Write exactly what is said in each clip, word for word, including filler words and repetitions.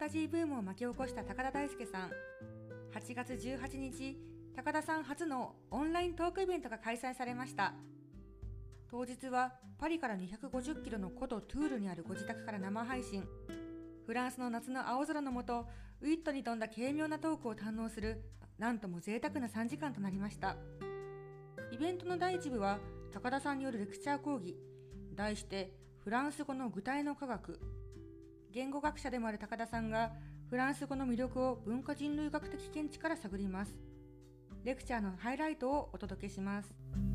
タジーブームを巻き起こした高田大輔さん。はちがつじゅうはちにち、高田さん初のオンライントークイベントが開催されました。当日はパリからにひゃくごじゅっキロの古都トゥールにあるご自宅から生配信。フランスの夏の青空の下、ウィットに富んだ軽妙なトークを堪能する、なんとも贅沢なさんじかんとなりました。イベントの第一部は高田さんによるレクチャー講義、題してフランス語の具体の科学。言語学者でもある高田さんがフランス語の魅力を文化人類学的見地から探ります。レクチャーのハイライトをお届けします。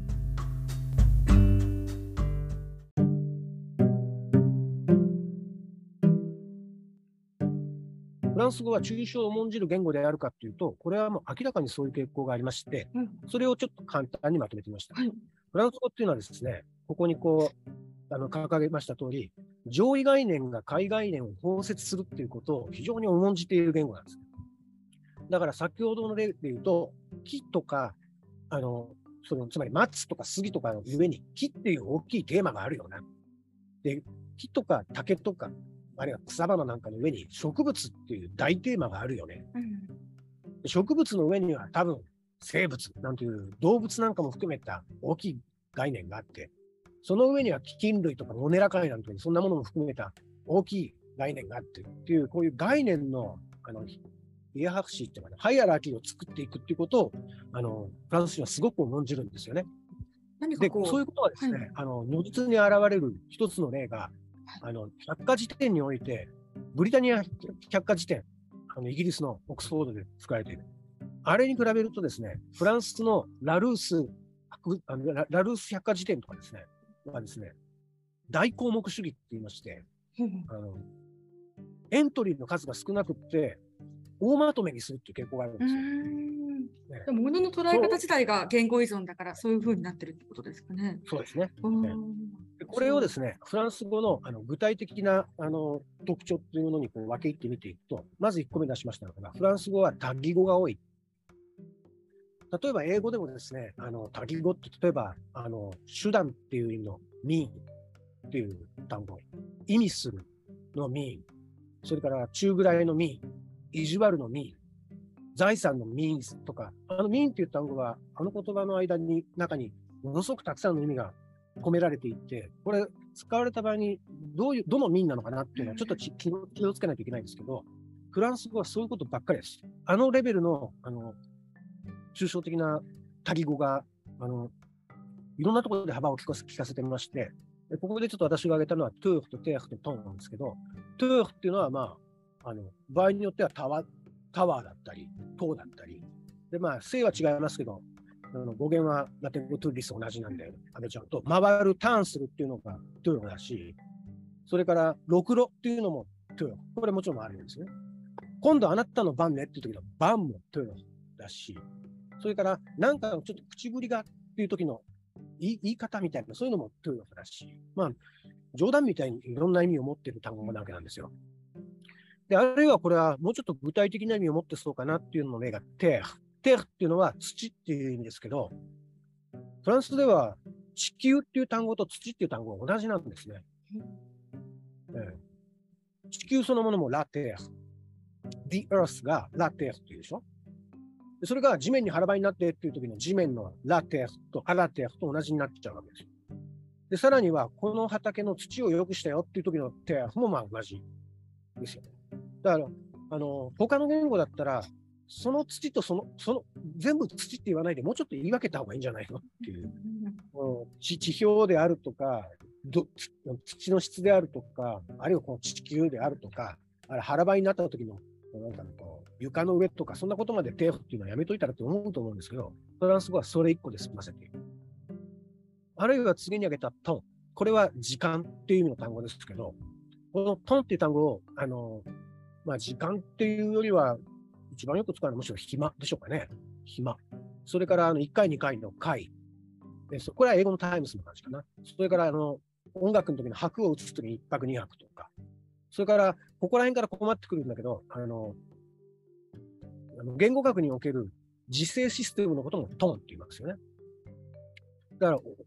フランス語は抽象を重んじる言語であるかというと、これはもう明らかにそういう傾向がありまして、うん、それをちょっと簡単にまとめてみました。はい、フランス語っていうのはですね、ここにこうあの掲げました通り、上位概念が下位概念を包摂するっていうことを非常に重んじている言語なんです。だから先ほどの例で言うと、木とか、あのそのつまり松とか杉とかの上に木っていう大きいテーマがあるよな。で、木とか竹とか、あるいは草花なんかの上に植物っていう大テーマがあるよね。うん、植物の上には多分生物なんていう動物なんかも含めた大きい概念があって、その上には飢饉類とかモネラ界なんていうそんなものも含めた大きい概念があってっていう、こういう概念のあのイエハクシーっていうかね、ハイアラキーを作っていくっていうことをあのフランス人はすごく重んじるんですよね。何かこうでそういうことはですね、はい、あの如実に現れる一つの例が、あの百科事典において、ブリタニア百科事典、あのイギリスのオックスフォードで使われている、あれに比べるとですね、フランスのラルース、あの ラ, ラルース百科事典とかですね、はですね、大項目主義って言いまして、あのエントリーの数が少なくって大まとめにするっていう傾向があるんですよ。 ね、でも物の捉え方自体が言語依存だからそういう風になってるってことですかね。 そうですね。ね、これをですね、フランス語の、あの具体的なあの特徴というものにこう分け入って見ていくと、まずいっこめ出しましたのが、フランス語は多義語が多い。例えば英語でもですね、あの多義語って例えばあの手段っていう意味の mean っていう単語、意味するの mean、それから中ぐらいの mean、意地悪の mean、財産の means とか、あの mean っていう単語はあの言葉の間に中にものすごくたくさんの意味が込められていて、これ使われた場合にどういうどの mean なのかなっていうのはちょっと気をつけないといけないんですけど、フランス語はそういうことばっかりです。あのレベルのあの抽象的な多義語があのいろんなところで幅を利かせ、利かせてまして、ここでちょっと私が挙げたのはトゥーフとテーフとトンなんですけど、トゥーフっていうのは、まあ、あの場合によってはタワー、タワーだったり、塔だったり、でまあ、性は違いますけど、あの語源はラテン語トゥーリス同じなんで、あげちゃうと、回る、ターンするっていうのがトゥーフだし、それからろくろっていうのもトゥーフ、これもちろんあるんですね。今度あなたの番ねっていう時の番もトゥーフだし、それからなんかちょっと口ぶりがっていう時の言い方みたいな、そういうのもトゥーフだし、まあ、冗談みたいにいろんな意味を持っている単語なわけなんですよ。で、あるいはこれはもうちょっと具体的な意味を持ってそうかなっていうのの例がテーフ。テーフっていうのは土っていう意味ですけど、フランスでは地球っていう単語と土っていう単語が同じなんですね。ええ、地球そのものもラテーフ。The Earth がラテーフっていうでしょ。でそれが地面に腹ばいになってっていう時の地面のラテーフとアラテーフと同じになっちゃうわけですよ。で、さらにはこの畑の土を良くしたよっていう時のテーフもまあ同じですよね。だから、あの、他の言語だったら、その土とその、その、全部土って言わないで、もうちょっと言い分けた方がいいんじゃないのっていう。うん、地地表であるとかど、土の質であるとか、あるいはこの地球であるとか、あれ腹ばいになった時の、なんかこう床の上とか、そんなことまでテーフっていうのはやめといたらと思うと思うんですけど、フランス語はそれ一個で済ませている。あるいは次に挙げたトン。これは時間っていう意味の単語ですけど、このトンっていう単語を、あの、まあ、時間っていうよりは、一番よく使うのはむしろ暇でしょうかね。暇。それからあのいっかい、にかいの回。でこれは英語のタイムスの話かな。それからあの音楽の時の拍を打つ時にいっぱく、にはくとか。それから、ここら辺から困ってくるんだけど、あの、あの言語学における時制システムのこともトンって言いますよね。だから、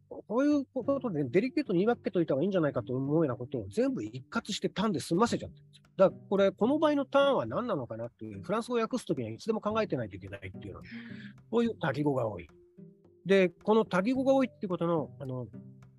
こういうことで、ね、デリケートに言い分けといた方がいいんじゃないかと思うようなことを全部一括して単で済ませちゃってるんですよ。だからこれ、この場合の単は何なのかなっていう、フランス語を訳すときにはいつでも考えてないといけないっていうのは、こういう多義語が多い。で、この多義語が多いっていうことの、あの、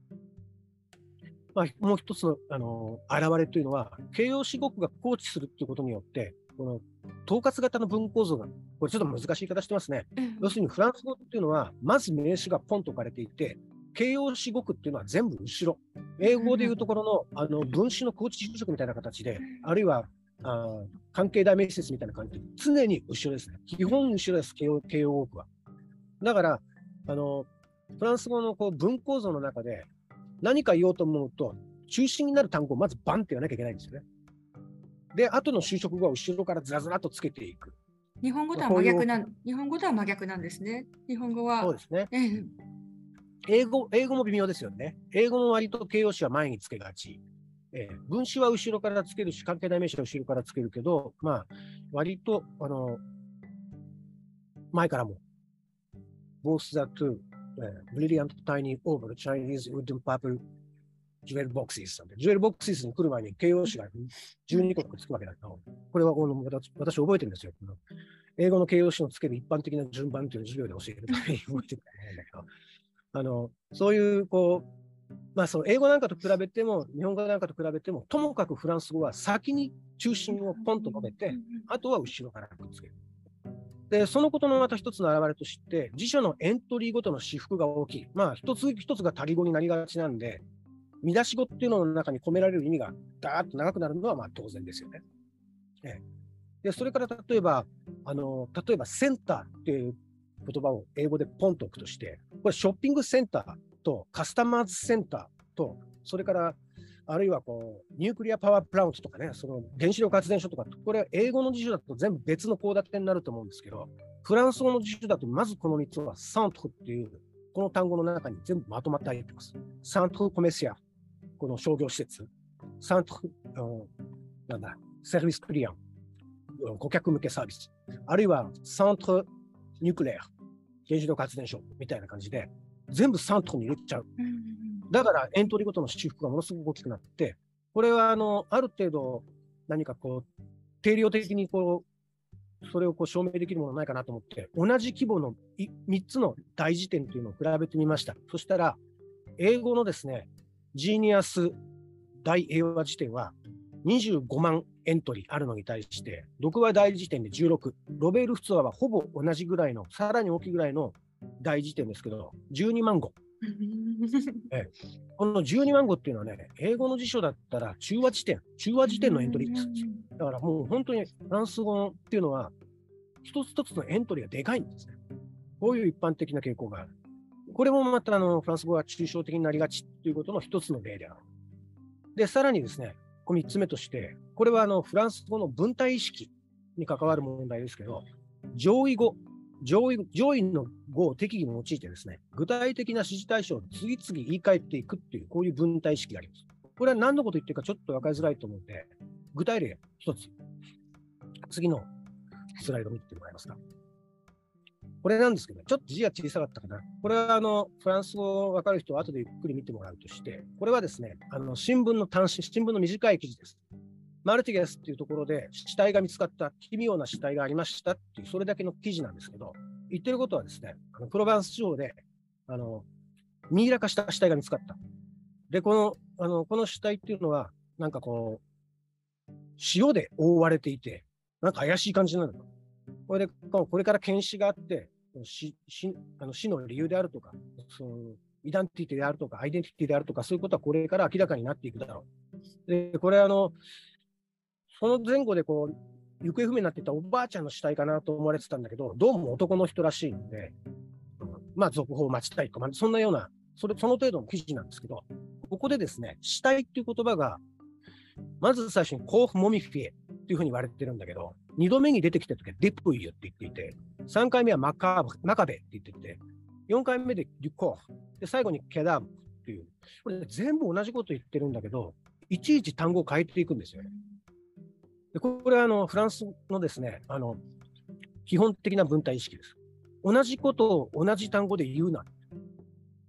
まあ、もう一つの、あの、現れというのは、形容詞語句が構築するっていうことによって、この統括型の文構造が、これちょっと難しい言い方してますね。要するにフランス語っていうのは、まず名詞がポンと置かれていて、形容詞語句っていうのは全部後ろ。英語でいうところの、あの分詞の構築修飾みたいな形で、あるいはあ関係代名詞説みたいな感じで、常に後ろですね。基本後ろです、形容、形容語句は。だから、あのフランス語のこう文構造の中で、何か言おうと思うと、中心になる単語をまずバンって言わなきゃいけないんですよね。で、後の修飾語は後ろからずらずらっとつけていく。 日本語とは真逆なん、日本語とは真逆なんですね。日本語は。 そうですね。 ええ、 英語、英語も微妙ですよね。英語も割と形容詞は前につけがち。えー、分詞は後ろからつけるし、関係代名詞は後ろからつけるけど、まあ、割と、あの、前からも、both the two、uh, brilliant tiny oval Chinese wooden purple jewel boxes なんで、ジュエルボックスに来る前に形容詞がじゅうにこつくわけだけど、これはこの私私覚えてるんですよ。英語の形容詞のつける一般的な順番というのを授業で教えるために覚えてるんだけど、あのそういう、こう、まあ、その英語なんかと比べても、日本語なんかと比べても、ともかくフランス語は先に中心をポンと述べて、あとは後ろからくっつける。で、そのことのまた一つの表れとして、辞書のエントリーごとの私服が大きい。まあ、一つ一つが多義語になりがちなんで、見出し語っていうのの中に込められる意味がダーッと長くなるのはまあ当然ですよね。ええ、で、それから例えば、あの、例えばセンターっていう言葉を英語でポンと置くとして、これショッピングセンターとカスタマーズセンターと、それからあるいはこうニュークリアパワープラントとかね、その原子力発電所とか、これは英語の辞書だと全部別の項立てになると思うんですけど、フランス語の辞書だとまずこのみっつはサントルっていうこの単語の中に全部まとまって入ってます。サントルコメシア、この商業施設、サントル、なんだ、サービスクリアン、顧客向けサービス、あるいはサントルニュークレア、原子力発電所みたいな感じで、全部サントルに入れちゃう。だからエントリーごとの修復がものすごく大きくなって、これはあのある程度何かこう定量的にこうそれをこう証明できるものないかなと思って、同じ規模のみっつの大辞典というのを比べてみました。そしたら英語のですね、ジーニアス大英和辞典はにじゅうごまんエントリーあるのに対して、読和大辞典でじゅうろく、ロベールフツアーはほぼ同じぐらいの、さらに大きいぐらいの大辞典ですけど、じゅうにまんご。えこのじゅうにまんごっていうのはね、英語の辞書だったら中和辞典、中和辞典のエントリーです。だからもう本当にフランス語っていうのは、一つ一つのエントリーがでかいんですね。こういう一般的な傾向がある。これもまたあのフランス語が抽象的になりがちということの一つの例である。で、さらにですね、このみっつめとして、これはあのフランス語の文体意識に関わる問題ですけど、上位語、上位、上位の語を適宜に用いてですね、具体的な指示対象を次々言い換えていくっていう、こういう文体意識があります。これは何のこと言ってるかちょっと分かりづらいと思うので、具体例一つ、次のスライドを見てもらえますか。これなんですけど、ちょっと字が小さかったかな。これはあのフランス語分かる人は後でゆっくり見てもらうとして、これはですね、あの新聞の短信、新聞の短い記事です。マルティゲスっていうところで死体が見つかった、奇妙な死体がありましたっていう、それだけの記事なんですけど、言ってることはですね、あのプロヴァンス地方であのミイラ化した死体が見つかった。で、この、あのこの死体っていうのは、なんかこう、塩で覆われていて、なんか怪しい感じなんだと。これで、これから検視があって、死, 死, あの死の理由であるとか、そのイデンティティであるとか、アイデンティティであるとか、そういうことはこれから明らかになっていくだろう。で、これあの、その前後でこう、行方不明になっていたおばあちゃんの死体かなと思われてたんだけど、どうも男の人らしいので、まあ、続報を待ちたいとか、まあ、そんなような、それ、その程度の記事なんですけど、ここでですね、死体っていう言葉が、まず最初にコーフ・モミフィエっていうふうに言われてるんだけど、にどめに出てきたときはディプイユって言っていて、さんかいめはマカーマカベって言っていて、よんかいめでデュコーフ、で最後にケダーブっていう、これ全部同じこと言ってるんだけど、いちいち単語を変えていくんですよね。でこれはあのフランスのですね、あの基本的な文体意識です。同じことを同じ単語で言うな。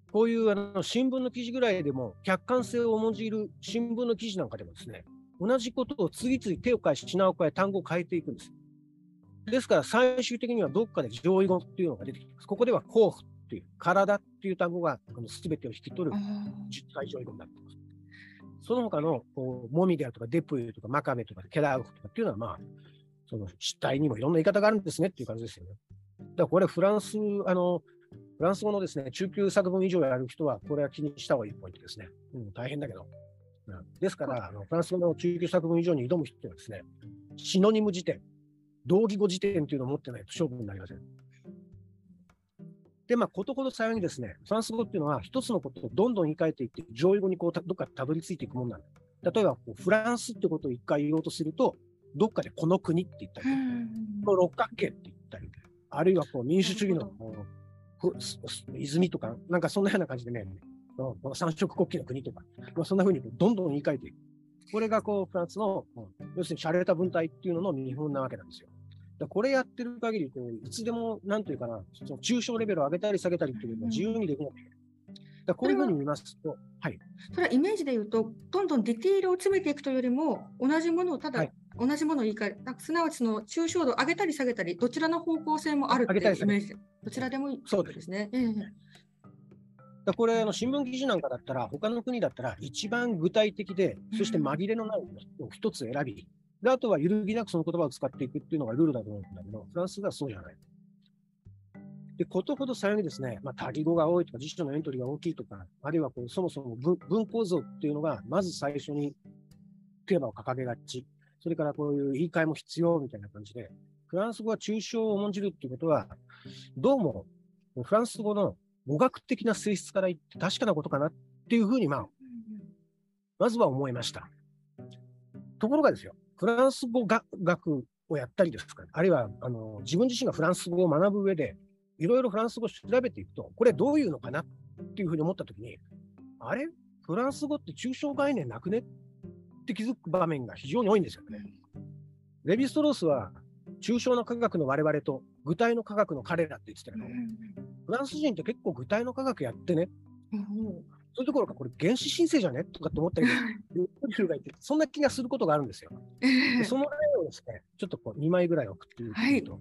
こういうあの新聞の記事ぐらいでも客観性を重んじる新聞の記事なんかでもですね、同じことを次々手を変え品を変え単語を変えていくんです。ですから最終的にはどっかで上位語っていうのが出てきます。ここでは甲府っていう体っていう単語がすべてを引き取る最上位語になっています。その他のこうもみであるとかデプイとかマカメとかケラウフとかっていうのはまあその主体にもいろんな言い方があるんですねっていう感じですよね。だからこれフランスあのフランス語のですね中級作文以上やる人はこれは気にした方がいいポイントですね。うん、大変だけど。うん、ですからあのフランス語の中級作文以上に挑む人はですね、シノニム辞典、同義語辞典というのを持ってないと勝負になりません。で、まあ、ことほど幸いにですね、フランス語っていうのは一つのことをどんどん言い換えていって、上位語にこうどっかたどり着いていくものなんだ。例えばこう、フランスってことを一回言おうとすると、どっかでこの国って言ったり、この六角形って言ったり、あるいはこう民主主義のこう泉とか、なんかそんなような感じでね、この三色国旗の国とか、まあ、そんな風にどんどん言い換えていく。これがこうフランスの、要するに洒落た文体っていうのの見本なわけなんですよ。だこれやってる限りこう、いつでも、なんというかな、その抽象レベルを上げたり下げたりっていうのが自由にできない。だこういうふうに見ますと、はい。 それはイメージで言うと、どんどんディティールを詰めていくというよりも、同じものをただ、はい、同じものを言い換える、すなわちその抽象度を上げたり下げたり、どちらの方向性もあるっていうイメージ、どちらでもいいそうですね。ええ、 だこれあの新聞記事なんかだったら、他の国だったら一番具体的で、そして紛れのないのを一つ選び、であとは揺るぎなくその言葉を使っていくっていうのがルールだと思うんだけど、フランスではそうじゃない。で、ことほどさらにですね、まあ、多義語が多いとか、辞書のエントリーが大きいとか、あるいはこうそもそも 文, 文構造っていうのが、まず最初にテーマを掲げがち、それからこういう言い換えも必要みたいな感じで、フランス語は抽象を重んじるっていうことは、どうもフランス語の語学的な性質から言って確かなことかなっていうふうに、まあ、まずは思いました。ところがですよ、フランス語学をやったりですか、あるいはあの自分自身がフランス語を学ぶ上で、いろいろフランス語を調べていくと、これどういうのかなっていうふうに思ったときに、あれフランス語って抽象概念なくねって気づく場面が非常に多いんですよね。レヴィストロースは、抽象の科学の我々と具体の科学の彼らって言ってたけど、フランス人って結構具体の科学やってね。そういうところか、これ原始申請じゃねとかって思ったりがいて、そんな気がすることがあるんですよ。でその例をですね、ちょっとこうにまいぐらい送ってみると、はい、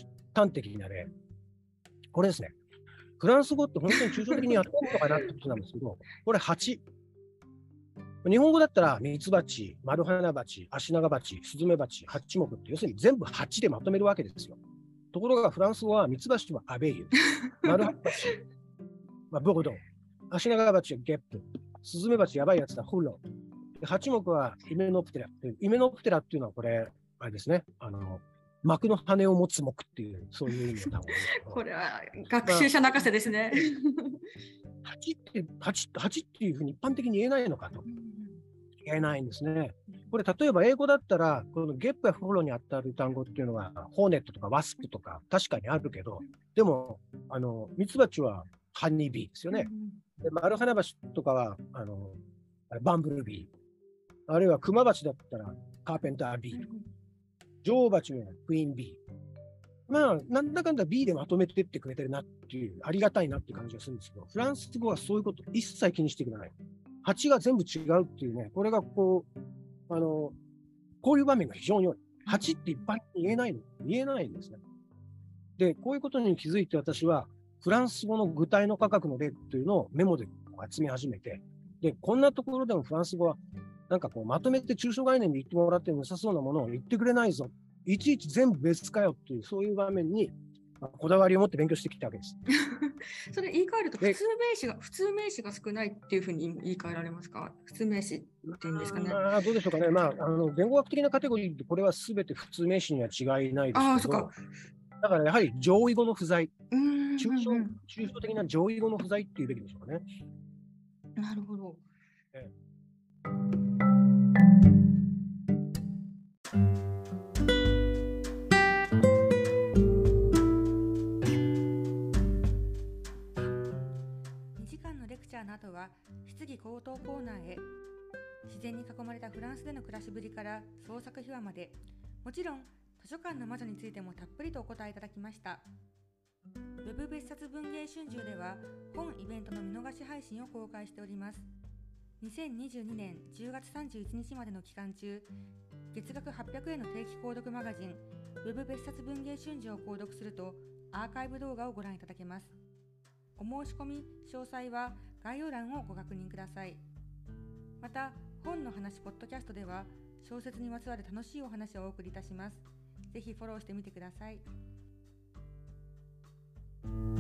端的な例。これですね、フランス語って本当に抽象的にやってるのかなってことなんですけど、これはち。日本語だったら、ミツバチ、マルハナバチ、アシナガバチ、スズメバチ、ハチモクって、要するに全部はちでまとめるわけですよ。ところがフランス語はミツバチはアベイユ、マルハナバチ、まあ、ボルドー、アシナガバチはゲップ、スズメバチやばいやつだ、フロー。ハチモクはイメノプテラ。イメノプテラっていうのはこれ、あれですね、あの、幕の羽を持つ木っていう、そういう意味の単語ですけど。 これは学習者泣かせですね。 はちって、はち、はちっていうふうに一般的に言えないのかと。言えないんですね。これ、例えば英語だったら、このゲップやフォローに当たる単語っていうのは、ホーネットとかワスプとか確かにあるけど、でも、あの、ミツバチはハニービーですよね。でマルハナバチとかは、あの、バンブルビー。あるいはクマバチだったらカーペンタービー。女王バチはクイーンビー。まあ、なんだかんだ ビー でまとめてってくれてるなっていう、ありがたいなって感じがするんですけど、フランス語はそういうこと一切気にしてくれない。はちが全部違うっていうね、これがこう、あの、こういう場面が非常に多い。はちっていっぱい言えないの言えないんですね。で、こういうことに気づいて私は、フランス語の具体の価格の例っていうのをメモで集め始めて、で、こんなところでもフランス語は、なんかこう、まとめて抽象概念で言ってもらっても良さそうなものを言ってくれないぞ。いちいち全部別かよっていう、そういう場面に、こだわりを持って勉強してきたわけです。 それ言い換えると普通名詞が普通名詞が少ないっていうふうに言い換えられますか？普通名詞っていうんですかね。 まあ、どうでしょうかね。まあ、あの言語学的なカテゴリーでこれはすべて普通名詞には違いないですけど、あ、そうか。だからやはり上位語の不在、抽象、抽象的な上位語の不在っていうべきでしょうかね。 なるほど。ええの後は質疑応答コーナーへ。自然に囲まれたフランスでの暮らしぶりから創作秘話まで、もちろん図書館の魔女についてもたっぷりとお答えいただきました。 ウェブ別冊文芸春秋では本イベントの見逃し配信を公開しております。にせんにじゅうにねんじゅうがつさんじゅういちにちまでの期間中、月額はっぴゃくえんの定期購読マガジンウェブ別冊文芸春秋を購読するとアーカイブ動画をご覧いただけます。お申し込み詳細は概要欄をご確認ください。また、本の話ポッドキャストでは小説にまつわる楽しいお話をお送りいたします。ぜひフォローしてみてください。